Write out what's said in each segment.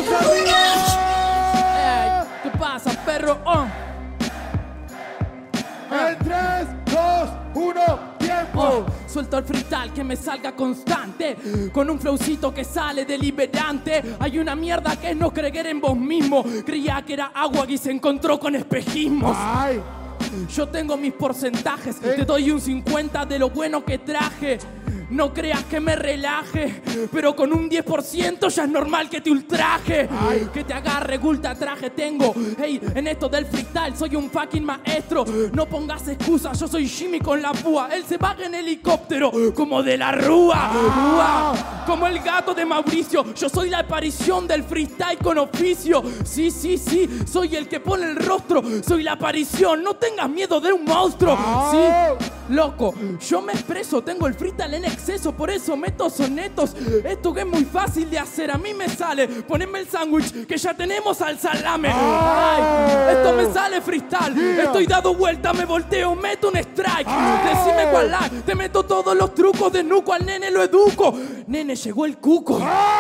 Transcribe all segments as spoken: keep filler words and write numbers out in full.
¡Manos arriba! Ey, ¿qué pasa, perro? Oh. En tres, dos, uno, tiempo. Oh, suelto el freestyle que me salga constante, con un flowcito que sale deliberante. Hay una mierda que es no creer en vos mismo. Creía que era agua y se encontró con espejismos. Ay. Yo tengo mis porcentajes, ¿Eh? Te doy un cincuenta de lo bueno que traje. No creas que me relaje, pero con un diez por ciento ya es normal que te ultraje. Ay. Que te agarre, gulta, traje tengo. Hey, en esto del freestyle soy un fucking maestro. No pongas excusas, yo soy Jimmy con la púa. Él se baja en helicóptero como de la rúa. Ah. Rúa. Como el gato de Mauricio. Yo soy la aparición del freestyle con oficio. Sí, sí, sí, soy el que pone el rostro. Soy la aparición, no tengas miedo de un monstruo. Ah. Sí, loco, yo me expreso, tengo el freestyle en exceso, por eso meto sonetos. Esto que es muy fácil de hacer, a mí me sale. Poneme el sándwich, que ya tenemos al salame. Ay, esto me sale freestyle. Yeah. Estoy dado vuelta, me volteo, meto un strike. Ay. Decime cuál hay, te meto todos los trucos de nuco, al nene lo educo. Nene, llegó el cuco.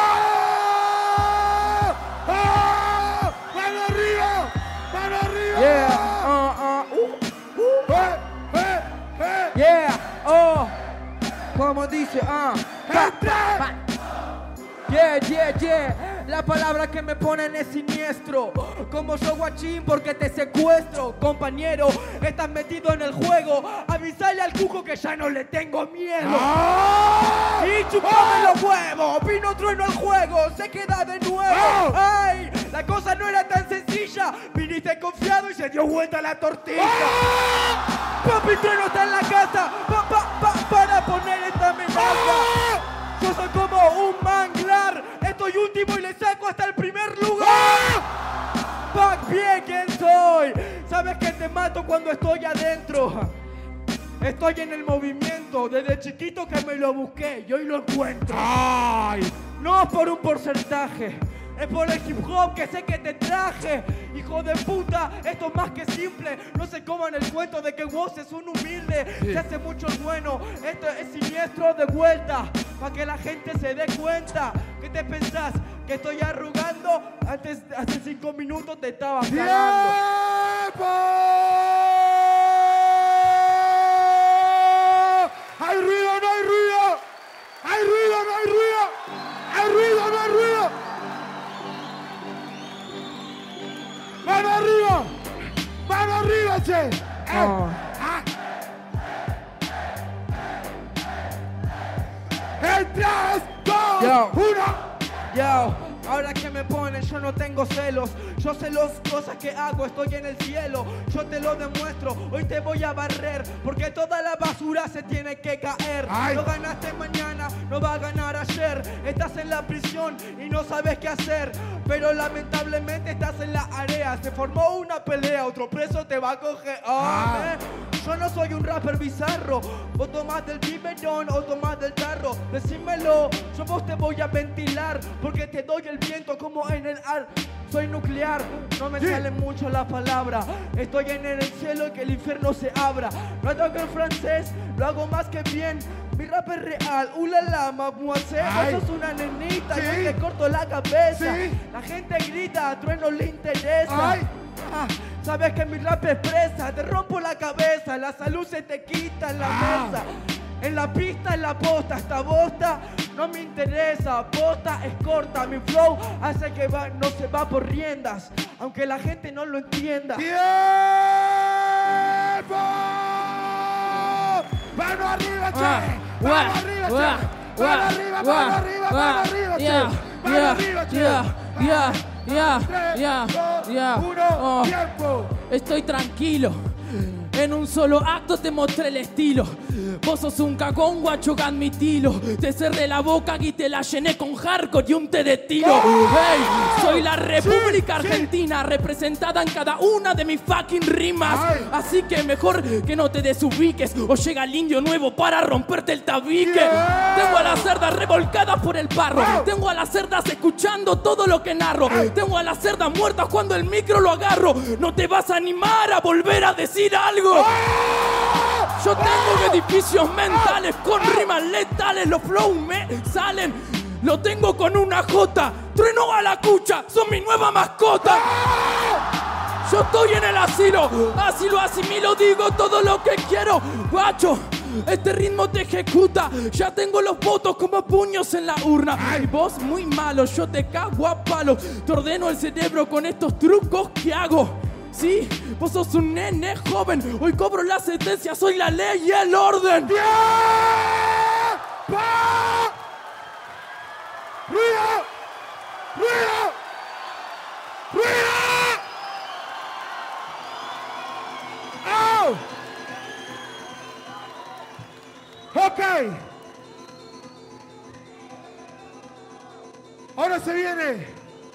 ¡Ah! ¡Ah! ¡Mano arriba! ¡Mano arriba! Yeah, uh, uh, uh, uh. Eh, eh, eh. Yeah, oh. Como dice, ah, uh. Yeah, yeah, yeah. La palabra que me ponen es siniestro. Como yo guachín porque te secuestro. Compañero, estás metido en el juego. Avisale al cuco que ya no le tengo miedo. ¡Ah! Y chupame los huevos. Vino trueno al juego, se queda de nuevo. Ay, la cosa no era tan sencilla. Viniste confiado y se dio vuelta la tortilla. ¡Ah! Papi Trueno está en la casa pa, pa, pa, para poner esta amenaza. ¡Ah! Yo soy como un manglar. Estoy último y le saco hasta el primer lugar. ¡Ah! Pac, bien, ¿quién soy? Sabes que te mato cuando estoy adentro. Estoy en el movimiento. Desde chiquito que me lo busqué y hoy lo encuentro. ¡Ay! No por un porcentaje. Es por el hip hop que sé que te traje. Hijo de puta, esto es más que simple. No se coman el cuento de que vos es un humilde. Sí. Se hace mucho el bueno. Esto es siniestro de vuelta. Pa' que la gente se dé cuenta. ¿Qué te pensás? ¿Que estoy arrugando? Antes, hace cinco minutos te estaba cagando. ¡Tiempo! ¡Hay ruido, no hay ruido! ¡Hay ruido, no hay ruido! ¡Hay ruido, no hay ruido! ¡Mano arriba! ¡Mano arriba, che! Eh, Oh. ah. En tres, dos, Yo. uno. Yo, ahora que me ponen, yo no tengo celos. Yo sé las cosas que hago, estoy en el cielo. Yo te lo demuestro, hoy te voy a barrer. Porque toda la basura se tiene que caer. Ay. No ganaste mañana, no va a ganar ayer. Estás en la prisión y no sabes qué hacer. Pero lamentablemente estás en la área. Se formó una pelea, otro preso te va a coger. Oh, Ah. man. Yo no soy un rapper bizarro. Vos tomás del biberón o tomás del tarro. Decímelo, yo vos te voy a ventilar. Porque te doy el viento como en el ar. Soy nuclear, no me Sí. salen mucho las palabras. Estoy en el cielo y que el infierno se abra. No toco en francés, lo hago más que bien. Mi rap es real, ulala, mademoiselle. Ay. Vos sos una nenita, Sí. yo te corto la cabeza. Sí. La gente grita, a Trueno le interesa. Ay. Ah, sabes que mi rap expresa, te rompo la cabeza, la salud se te quita en la Ah. mesa. En la pista, en la posta, esta bosta no me interesa. Posta es corta, mi flow hace que va, no se va por riendas, aunque la gente no lo entienda. ¡Tiempo! ¡Mano arriba, che! Ah, ¡Mano guau, arriba, guau, che! guau, ¡Mano arriba, guau, mano arriba, guau. mano arriba, che! Yeah, ¡Mano yeah, arriba, che! yeah, yeah, yeah, Tres, yeah, dos, yeah. uno, Oh. ¡tiempo! Estoy tranquilo. En un solo acto te mostré el estilo. Vos sos un cagón, guacho, admitilo. Te cerré la boca y te la llené con hardcore y un té de tiro. Hey, soy la República Sí, sí. Argentina, representada en cada una de mis fucking rimas. Ay. Así que mejor que no te desubiques o llega el indio nuevo para romperte el tabique. Yeah. Tengo a las cerdas revolcadas por el barro. Oh. Tengo a las cerdas escuchando todo lo que narro. Ay. Tengo a las cerdas muertas cuando el micro lo agarro. No te vas a animar a volver a decir algo. Yo tengo edificios mentales con rimas letales. Los flows me salen. Lo tengo con una jota. Trueno a la cucha, son mi nueva mascota. Yo estoy en el asilo, así lo asimilo, digo todo lo que quiero. Guacho, este ritmo te ejecuta. Ya tengo los votos como puños en la urna. Y vos muy malo, yo te cago a palo. Te ordeno el cerebro con estos trucos que hago. Sí, vos sos un nene joven. Hoy cobro la sentencia, soy la ley y el orden. ¡Tiempo! ¡Ruido! ¡Ruido! ¡Ruido! ¡Oh! Ok. Ahora se viene.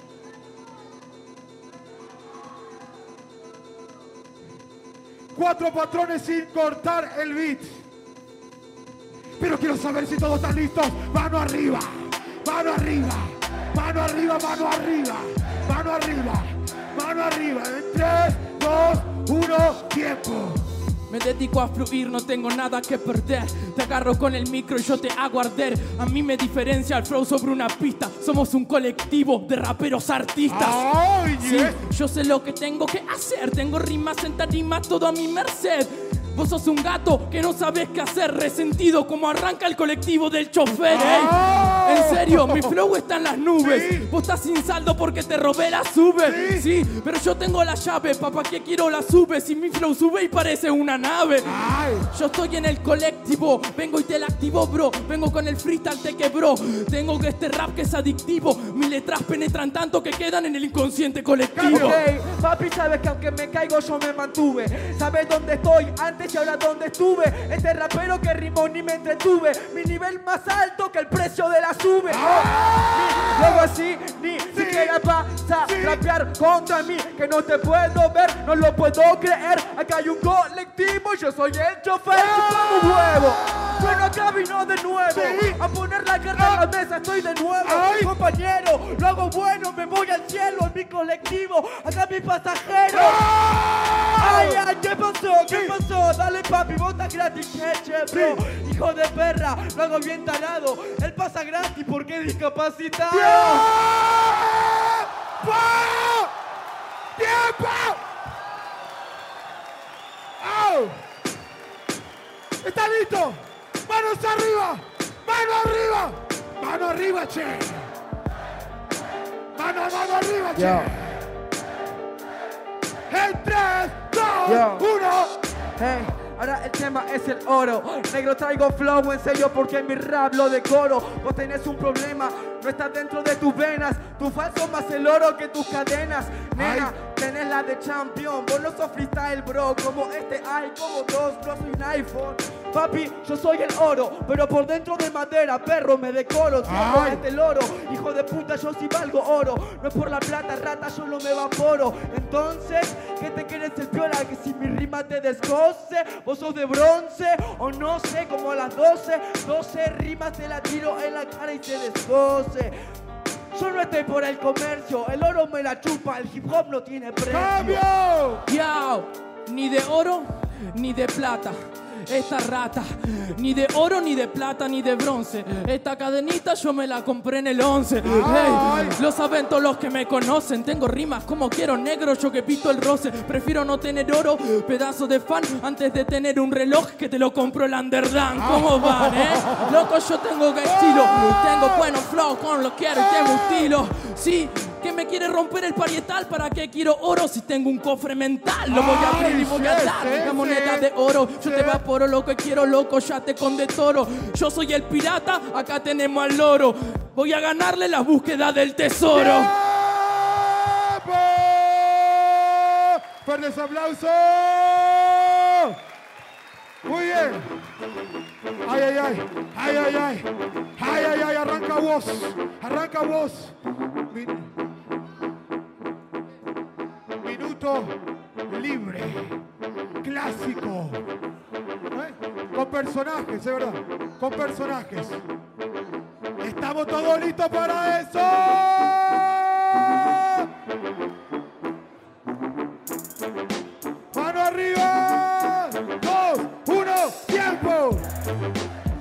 Cuatro patrones sin cortar el beat. Pero quiero saber si todos están listos. Mano arriba, mano arriba, mano arriba, mano arriba, mano arriba, mano arriba. En tres, dos, uno, tiempo. Me dedico a fluir, no tengo nada que perder. Te agarro con el micro y yo te hago arder. A mí me diferencia el flow sobre una pista. Somos un colectivo de raperos artistas. Oh, yes. Sí, yo sé lo que tengo que hacer. Tengo rimas en tarimas, todo a mi merced. Vos sos un gato que no sabes qué hacer. Resentido como arranca el colectivo del chofer, ey. Oh. En serio, mi flow está en las nubes. Sí. Vos estás sin saldo porque te robé la sube. Sí. Sí, pero yo tengo la llave. Papá, ¿qué quiero la sube? Si mi flow sube y parece una nave. Ay. Yo estoy en el colectivo, vengo y te la activo, bro. Vengo con el freestyle, te quebró. Tengo este rap que es adictivo. Mis letras penetran tanto que quedan en el inconsciente colectivo. Ok, papi, sabes que aunque me caigo yo me mantuve. Sabes dónde estoy antes y ahora dónde estuve. Este rapero que rimó ni me entretuve. Mi nivel más alto que el precio de la sube. Ah. Ni, luego así, ni Sí. siquiera pasa Sí. rapear contra mí. Que no te puedo ver, no lo puedo creer. Acá hay un colectivo, yo soy el chofer. Como huevo. Bueno, acá vino de nuevo. Sí. A poner la carne en la mesa, estoy de nuevo. Ay. Compañero, lo hago bueno, me voy al cielo en mi colectivo. Acá mi pasajero. Ay, ay, ¿qué pasó? ¿Qué pasó? Dale papi, bota gratis, che, che, bro. Hijo de perra, lo hago bien tarado. Él pasa gratis porque es discapacitado. ¡Tiempo! ¡Tiempo! ¡Oh! ¿Está listo? ¡Manos arriba! ¡Mano arriba! ¡Mano arriba, che! ¡Mano, mano arriba, che! Yo. En tres, dos, Yo. uno. Hey, ahora el tema es el oro. Negro, traigo flow en serio porque mi rap lo decoro. Vos tenés un problema, no estás dentro de tus venas. Tu falso más el oro que tus cadenas. Nena, tenés la de champion. Vos no sos freestyle, bro. Como este hay, como dos, no soy un iPhone. Papi, yo soy el oro, pero por dentro de madera, perro, me decoro. Cierro Ay. este loro. Hijo de puta, yo sí valgo oro. No es por la plata, rata, yo no me evaporo. Entonces, ¿qué te quieres el piola? Que si mi rima te descoce, vos sos de bronce, o no sé, como a las doce, doce rimas te la tiro en la cara y se descoce. Yo no estoy por el comercio, el oro me la chupa, el hip hop no tiene precio. ¡Cambio! Yao, ni de oro ni de plata. Esta rata, ni de oro, ni de plata, ni de bronce. Esta cadenita yo me la compré en el once. Hey, lo saben todos los que me conocen. Tengo rimas como quiero, negro, yo que pito el roce. Prefiero no tener oro, pedazo de fan, antes de tener un reloj que te lo compro el Underdance. ¿Cómo van, eh? Loco, yo tengo que estilo. Tengo buenos flow con lo quiero y tengo estilo. Sí, que me quiere romper el parietal. ¿Para qué quiero oro si tengo un cofre mental? Lo voy a abrir y voy a sí, dar sí, la moneda sí. de oro. Yo Sí. te evaporo lo que quiero, loco, ya te conde toro. Yo soy el pirata, acá tenemos al loro. Voy a ganarle la búsqueda del tesoro. ¡Tiempo! ¡Fuertes aplausos! Muy bien. Ay, ay, ay. Ay, ay, ay. Ay, ay, ay. Arranca vos. Arranca vos. Min- Minuto libre. Clásico. ¿Eh? Con personajes, es verdad. Con personajes. Estamos todos listos para eso. Mano arriba. Dos, uno, tiempo. Por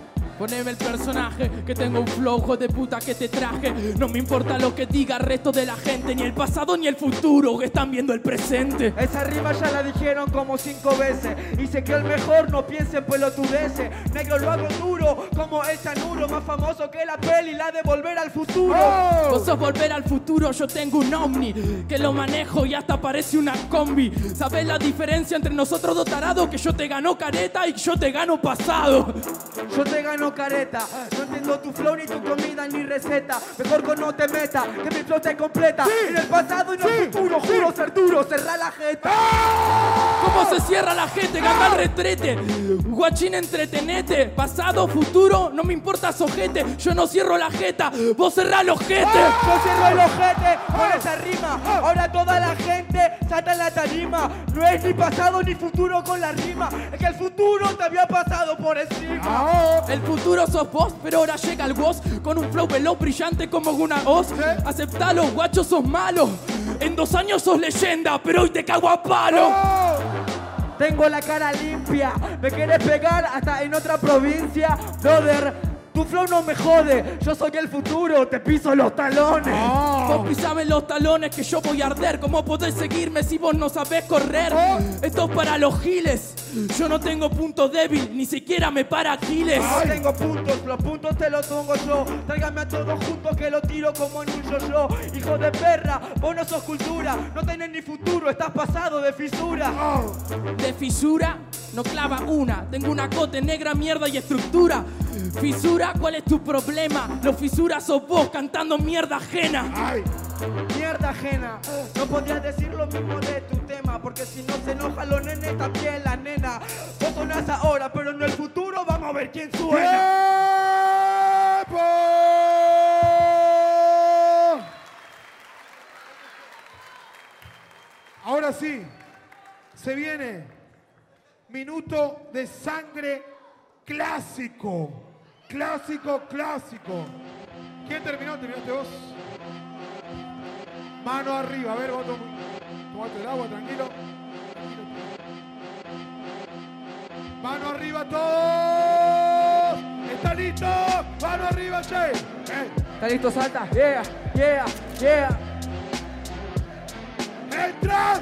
poneme el personaje, que tengo un flow, hijo de puta, que te traje. No me importa lo que diga el resto de la gente, ni el pasado ni el futuro, que están viendo el presente. Esa rima ya la dijeron como cinco veces. Y sé que el mejor no piense en pelotudeces. Negro, lo hago duro como el Sanuro, más famoso que la peli, la de Volver al Futuro. Oh. Vos sos Volver al Futuro, yo tengo un Omni que lo manejo y hasta parece una combi. ¿Sabés la diferencia entre nosotros dos tarados? Que yo te gano careta y yo te gano pasado. Yo te gano careta, no entiendo tu flow ni tu comida ni receta. Mejor con no te meta, que mi flow te completa. Sí. En el pasado y en sí. el futuro, sí. juro ser duro, cerrá la jeta. ¡Ah! ¿Cómo se cierra la gente? Gana el retrete. Guachín, entretenete. Pasado, futuro, no me importa sojete. Yo no cierro la jeta, vos cerrá el ojete. ¡Ah! Yo cierro el ojete con esa rima. Ahora toda la gente salta en la tarima. No es ni pasado ni futuro con la rima. Es que el futuro te había pasado por encima. ¡Ah! El futuro sos vos, pero ahora llega el vos con un flow veloz brillante como una hoz. ¿Eh? Aceptalo, guacho, sos malo. En dos años sos leyenda, pero hoy te cago a palo. ¡Oh! Tengo la cara limpia, me quieres pegar hasta en otra provincia, brother. Tu flow no me jode, yo soy el futuro, te piso los talones. Oh. Vos pisame los talones que yo voy a arder. ¿Cómo podés seguirme si vos no sabés correr? Oh. Esto es para los giles. Yo no tengo punto débil, ni siquiera me para Aquiles. No tengo puntos, los puntos te los pongo yo. Tráigame a todos juntos que lo tiro como en un yo-yo. Hijo de perra, vos no sos cultura, no tenés ni futuro, estás pasado de fisura. Oh. De fisura, no clava una. Tengo una cote negra, mierda y estructura. Fisura, ¿cuál es tu problema? Los fisuras sos vos cantando mierda ajena. Ay. Mierda ajena, no podrías decir lo mismo de tu tema, porque si no se enoja los nenes también la nena. Vos sonás ahora, pero en el futuro vamos a ver quién suena. ¡Tiempo! Ahora sí, se viene minuto de sangre clásico. Clásico, clásico. ¿Quién terminó? ¿Terminaste vos? Mano arriba, a ver, vos tom tomate el agua, tranquilo. Mano arriba todos. ¿Está listo? Mano arriba, che. Hey. ¿Está listo? Salta. Yeah, yeah, yeah. ¡Entra!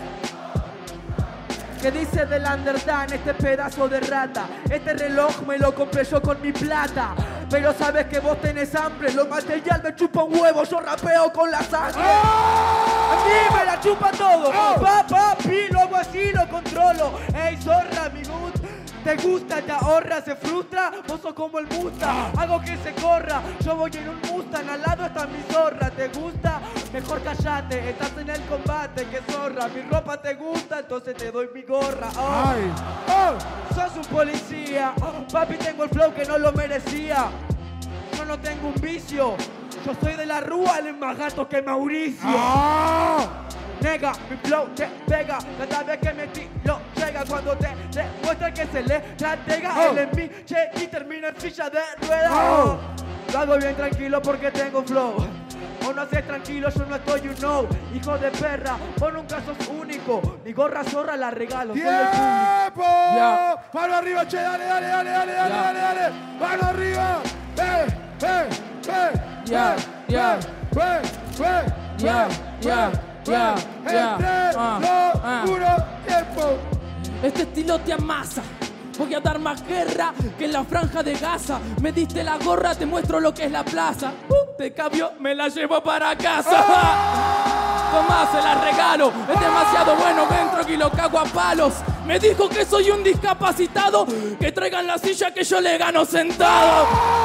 ¿Qué dice del Underdone, este pedazo de rata? Este reloj me lo compré yo con mi plata. Pero sabes que vos tenés hambre, lo material me chupa un huevo, yo rapeo con la sangre. ¡Oh! A mí me la chupa todo. ¡Oh! Pa, papi, lo hago así, lo controlo. Ey, zorra, mi gut, te gusta, te ahorra, se frustra, vos sos como el Mustang. Hago que se corra, yo voy en un Mustang, al lado está mi zorra. ¿Te gusta? Mejor callate, estás en el combate, que zorra. Mi ropa te gusta, entonces te doy mi gorra. Oh. Ay. Oh. Sos un policía, oh, papi, tengo el flow que no lo merecía. Yo no tengo un vicio, yo soy de la rúa, él es más gato que Mauricio. Oh. Nega, mi flow te pega, cada vez que me tiro llega. Cuando te demuestra que se le tratega, oh. Él en mí, che, y termina en silla de ruedas. Oh. Lo hago bien tranquilo porque tengo flow. Vos no haces tranquilo, yo no estoy, you know. Hijo de perra, vos nunca sos único. Mi gorra zorra la regalo, soy el público. ¡Tiempo! Yeah. Mano arriba, che, dale, dale, dale, dale, dale, yeah. dale, dale. Mano arriba. Eh, eh, eh, yeah, eh, yeah. eh, eh, yeah, yeah, yeah, yeah. tres, uh, dos, uh. uno, tiempo. Este estilo te amasa. Voy a dar más guerra que en la franja de Gaza. Me diste la gorra, te muestro lo que es la plaza. Uh, te cambio, me la llevo para casa. ¡Oh! Tomá, se la regalo. Es demasiado bueno, dentro y lo cago a palos. Me dijo que soy un discapacitado, que traigan la silla que yo le gano sentado.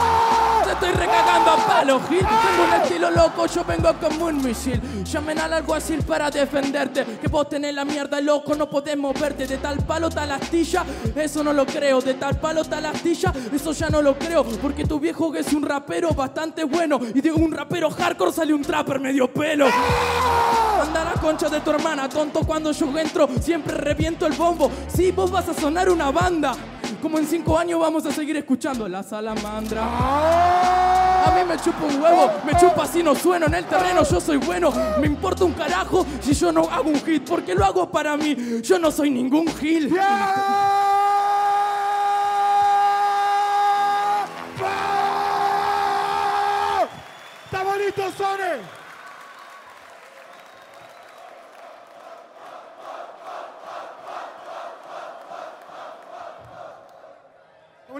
Te estoy recagando a palos, Gil. Tengo un estilo loco, yo vengo como un misil. Llamen al alguacil para defenderte, que vos tenés la mierda loco, no podés moverte. De tal palo tal astilla, eso no lo creo. De tal palo tal astilla, eso ya no lo creo. Porque tu viejo que es un rapero bastante bueno, y de un rapero hardcore sale un trapper medio pelo. Anda la concha de tu hermana, tonto, cuando yo entro siempre reviento el bombo. Sí, vos vas a sonar una banda. Como en cinco años vamos a seguir escuchando La Salamandra. A mí me chupa un huevo, me chupa si no sueno. En el terreno yo soy bueno, me importa un carajo si yo no hago un hit, porque lo hago para mí, yo no soy ningún gil. Yeah.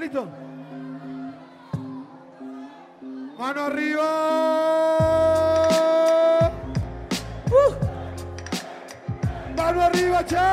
listos? Mano arriba. Uh. Mano arriba, che.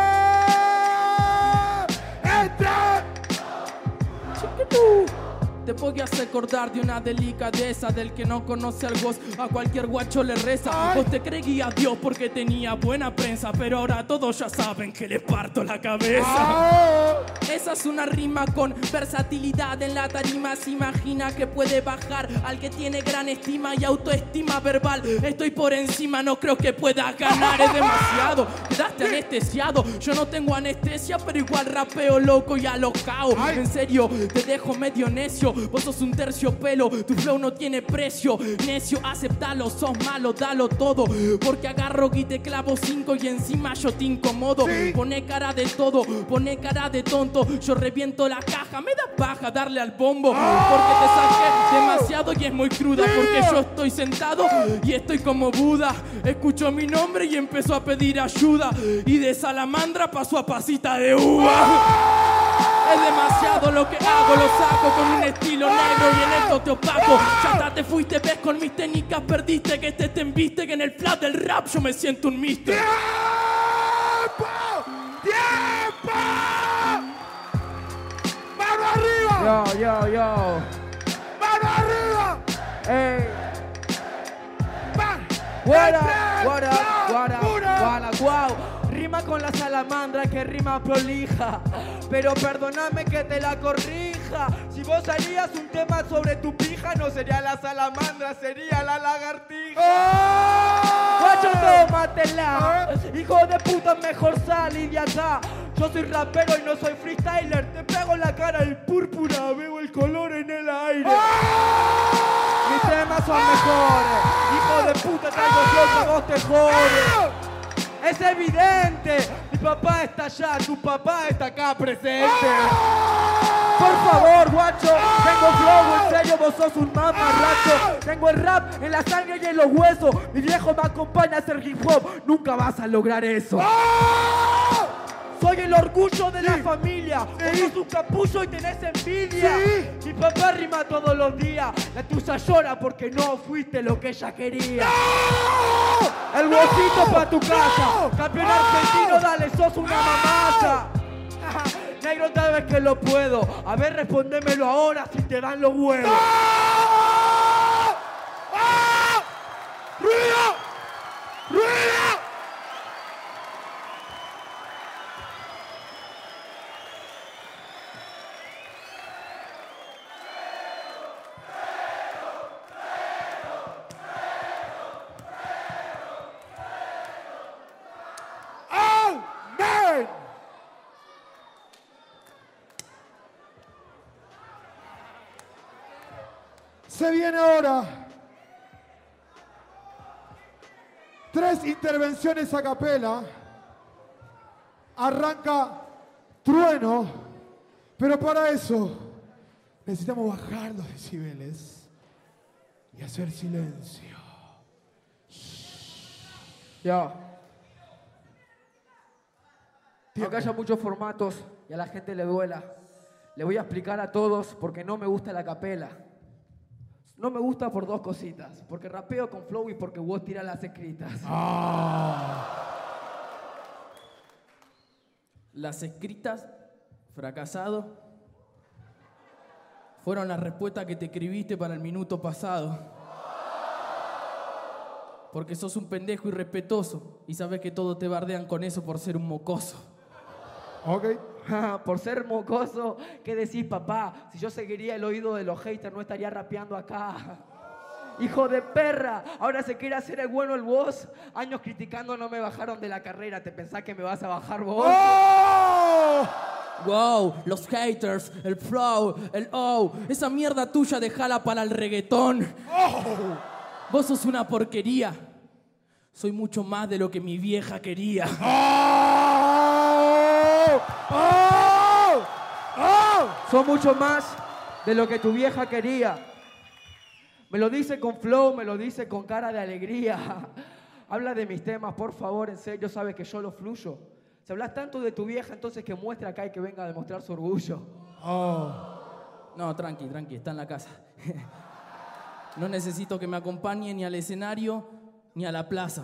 Entra. Chiquitú. Te podías acordar de una delicadeza del que no conoce al Woz, a cualquier guacho le reza. Ay. Vos te creías Dios porque tenía buena prensa, pero ahora todos ya saben que le parto la cabeza. Oh. Esa es una rima con versatilidad en la tarima. Se imagina que puede bajar al que tiene gran estima y autoestima verbal. Estoy por encima, no creo que pueda ganar, es demasiado. Quedaste anestesiado, yo no tengo anestesia, pero igual rapeo loco y alocao. Ay. En serio, te dejo medio necio. Vos sos un terciopelo, tu flow no tiene precio. Necio, aceptalo, sos malo, dalo todo. Porque agarro y te clavo cinco y encima yo te incomodo. Sí. Pone cara de todo, pone cara de tonto. Yo reviento la caja, me da paja darle al bombo. Porque te saqué demasiado y es muy cruda. Porque yo estoy sentado y estoy como Buda. Escuchó mi nombre y empezó a pedir ayuda. Y de salamandra pasó a pasita de uva. Es demasiado lo que hago, lo saco con un estilo negro y en esto te opaco. Ya hasta te fuiste, ves, con mis técnicas perdiste. Que este te embiste, que en el flat del rap yo me siento un mister. ¡Tiempo! ¡Tiempo! ¡Mano arriba! Yo, yo, yo. ¡Mano arriba! Ey. ¡Va! What ¡En up, tres, what up, what dos, up, uno! what up, wow. Rima con la salamandra que rima prolija. Pero perdóname que te la corrija. Si vos harías un tema sobre tu pija, no sería la salamandra, sería la lagartija. ¡Oh! Guacho, tómatela. Hijo de puta, mejor salí de acá. Yo soy rapero y no soy freestyler. Te pego en la cara el púrpura, veo el color en el aire. ¡Oh! Mis temas son mejores. Hijo de puta, traigo flow que vos te jodes. Es evidente, mi papá está allá, tu papá está acá presente. Por favor, guacho, tengo flow, en serio, vos sos un mamarracho. Tengo el rap en la sangre y en los huesos. Mi viejo me acompaña a hacer hip hop, nunca vas a lograr eso. Soy el orgullo de la familia. Vos sos un capullo y tenés envidia. Sí. Mi papá rima todos los días. La tuya llora porque no fuiste lo que ella quería. ¡No! El huesito pa' tu casa. ¡No! Campeón ¡No! argentino, dale, sos una mamasa. Negro, tal vez que lo puedo. A ver, respondémelo ahora si te dan los huevos. ¡Ah! ¡Ah! ¡Ruido! ¡Ruido! ¡Amén! Se viene ahora tres intervenciones a capela. Arranca Trueno, pero para eso necesitamos bajar los decibeles y hacer silencio. Ya. Aunque haya muchos formatos y a la gente le duela, le voy a explicar a todos por qué no me gusta la capela. No me gusta por dos cositas. Porque rapeo con flow y porque vos tiras las escritas. Ah. Las escritas, fracasado, fueron las respuestas que te escribiste para el minuto pasado. Porque sos un pendejo irrespetuoso y sabes que todos te bardean con eso por ser un mocoso. Ok. Por ser mocoso, ¿qué decís, papá? Si yo seguiría el oído de los haters, no estaría rapeando acá. Hijo de perra, ahora se quiere hacer el bueno el vos. Años criticando no me bajaron de la carrera. ¿Te pensás que me vas a bajar vos? ¡Oh! Wow, los haters, el flow, el oh, esa mierda tuya dejala para el reggaetón. ¡Oh! Vos sos una porquería. Soy mucho más de lo que mi vieja quería. ¡Oh! ¡Oh! ¡Oh! Son mucho más de lo que tu vieja quería. Me lo dice con flow, me lo dice con cara de alegría. Habla de mis temas, por favor, en serio, sabes que yo lo fluyo. Si hablas tanto de tu vieja, entonces que muestre acá y que venga a demostrar su orgullo. Oh. No, tranqui, tranqui, está en la casa. No necesito que me acompañe ni al escenario ni a la plaza.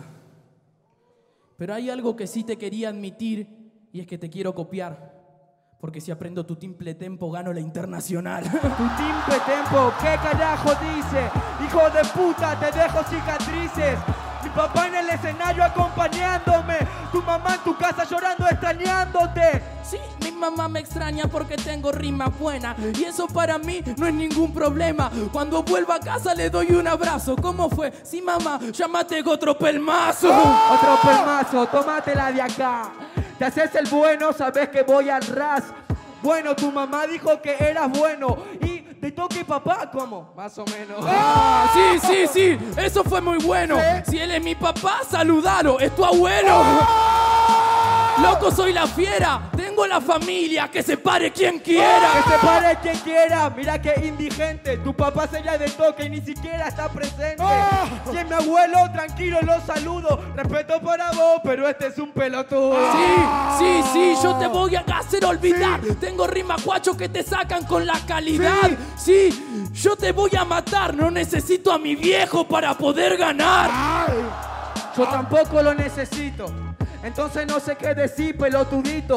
Pero hay algo que sí te quería admitir y es que te quiero copiar. Porque si aprendo tu timple tempo, gano la internacional. Tu timple tempo, ¿qué carajo dice? Hijo de puta, te dejo cicatrices. Mi papá en el escenario acompañándome. Tu mamá en tu casa llorando, extrañándote. Sí, mi mamá me extraña porque tengo rimas buenas. Y eso para mí no es ningún problema. Cuando vuelva a casa le doy un abrazo. ¿Cómo fue? Sí, mamá, llámate otro pelmazo. ¡Oh! Otro pelmazo, tómatela de acá. Te haces el bueno, sabes que voy al ras. Bueno, tu mamá dijo que eras bueno. Y te toque papá, ¿cómo? Más o menos. Ah, sí, sí, sí, eso fue muy bueno. ¿Sí? Si él es mi papá, saludalo, es tu abuelo. ¡Oh! Loco, soy la fiera, tengo la familia, que se pare quien quiera. Que se pare quien quiera, mira que indigente. Tu papá sería de toque y ni siquiera está presente. ¡Oh! Si es mi abuelo, tranquilo, lo saludo. Respeto para vos, pero este es un pelotudo. Sí, sí, sí, yo te voy a hacer olvidar. Sí. Tengo rimas guacho que te sacan con la calidad. Sí. sí, yo te voy a matar. No necesito a mi viejo para poder ganar. Ay. Yo tampoco lo necesito. Entonces no sé qué decir, pelotudito.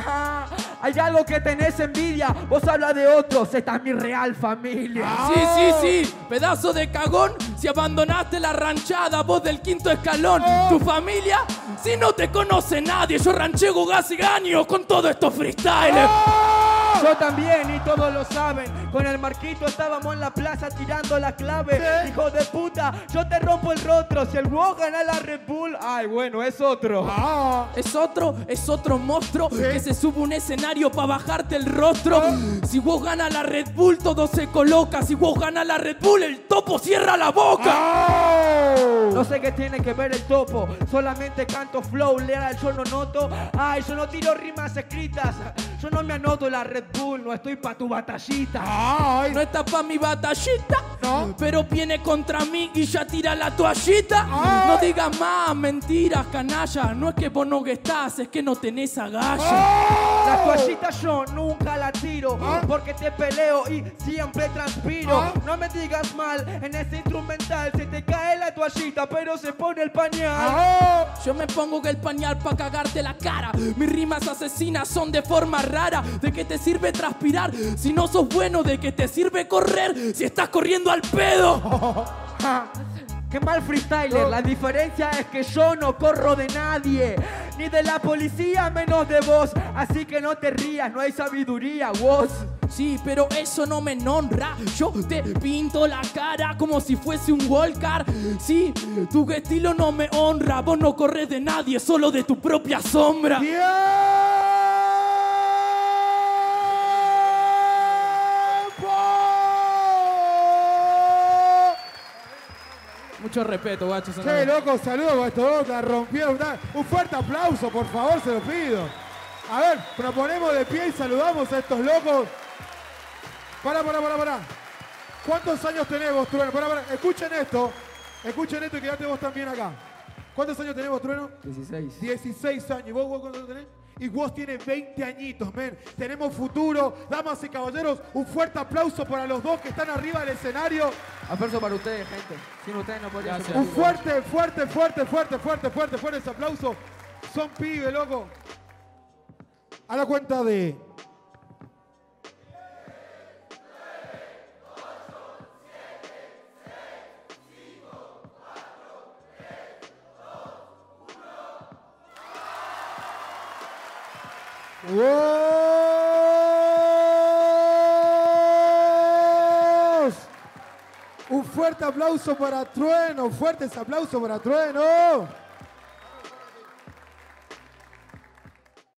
Hay algo que tenés envidia. Vos hablas de otros, esta es mi real familia. Sí, sí, sí, pedazo de cagón. Si abandonaste la ranchada, vos del quinto escalón. Tu familia, si no te conoce nadie. Yo ranchego gas y gaño con todos estos freestyles. Yo también, y todos lo saben. Con el Marquito estábamos en la plaza tirando la clave. ¿Sí? Hijo de puta, yo te rompo el rostro. Si el WoW gana la Red Bull, ay, bueno, es otro. Ah. Es otro, es otro monstruo. ¿Sí? Que se sube un escenario para bajarte el rostro. ¿Ah? Si WoW gana la Red Bull, todo se coloca. Si WoW gana la Red Bull, el topo cierra la boca. Ah. No sé qué tiene que ver el topo. Solamente canto flow, leal, yo no noto. Ay, yo no tiro rimas escritas. Yo no me anoto la Red Bull, no estoy pa' tu batallita. Ay. No está pa' mi batallita, no. Pero viene contra mí y ya tira la toallita. Ay. No digas más mentiras, canalla. No es que vos no estás, es que no tenés agallas. Ay. La toallita yo nunca la tiro. Ay. Porque te peleo y siempre transpiro. Ay. No me digas mal, en ese instrumental se te cae la toallita, pero se pone el pañal. Ay. Yo me pongo el pañal pa' cagarte la cara. Mis rimas asesinas son de forma rara. ¿De qué te sirve transpirar si no sos bueno? ¿De qué te sirve correr si estás corriendo al pedo? ¡Qué mal freestyler! La diferencia es que yo no corro de nadie, ni de la policía menos de vos. Así que no te rías, no hay sabiduría, vos. Sí, pero eso no me honra. Yo te pinto la cara como si fuese un Walker. Sí, tu estilo no me honra. Vos no corres de nadie, solo de tu propia sombra. Yeah. Mucho respeto, guacho. Che, loco, saludos con estos dos, la rompieron. Un fuerte aplauso, por favor, se lo pido. A ver, nos ponemos de pie y saludamos a estos locos. Pará, pará, pará, pará. ¿Cuántos años tenemos, Trueno? Pará, pará. Escuchen esto. Escuchen esto y quédate vos también acá. ¿Cuántos años tenemos, Trueno? dieciséis. dieciséis años. ¿Y vos, vos cuántos tenés? Y vos tienes veinte añitos, men. Tenemos futuro. Damas y caballeros, un fuerte aplauso para los dos que están arriba del escenario. Aplauso para ustedes, gente. Sin ustedes no podría ser. Un fuerte, fuerte, fuerte, fuerte, fuerte, fuerte, fuerte ese aplauso. Son pibes, loco. A la cuenta de... ¡Wow! Un fuerte aplauso para Trueno, fuertes aplausos para Trueno.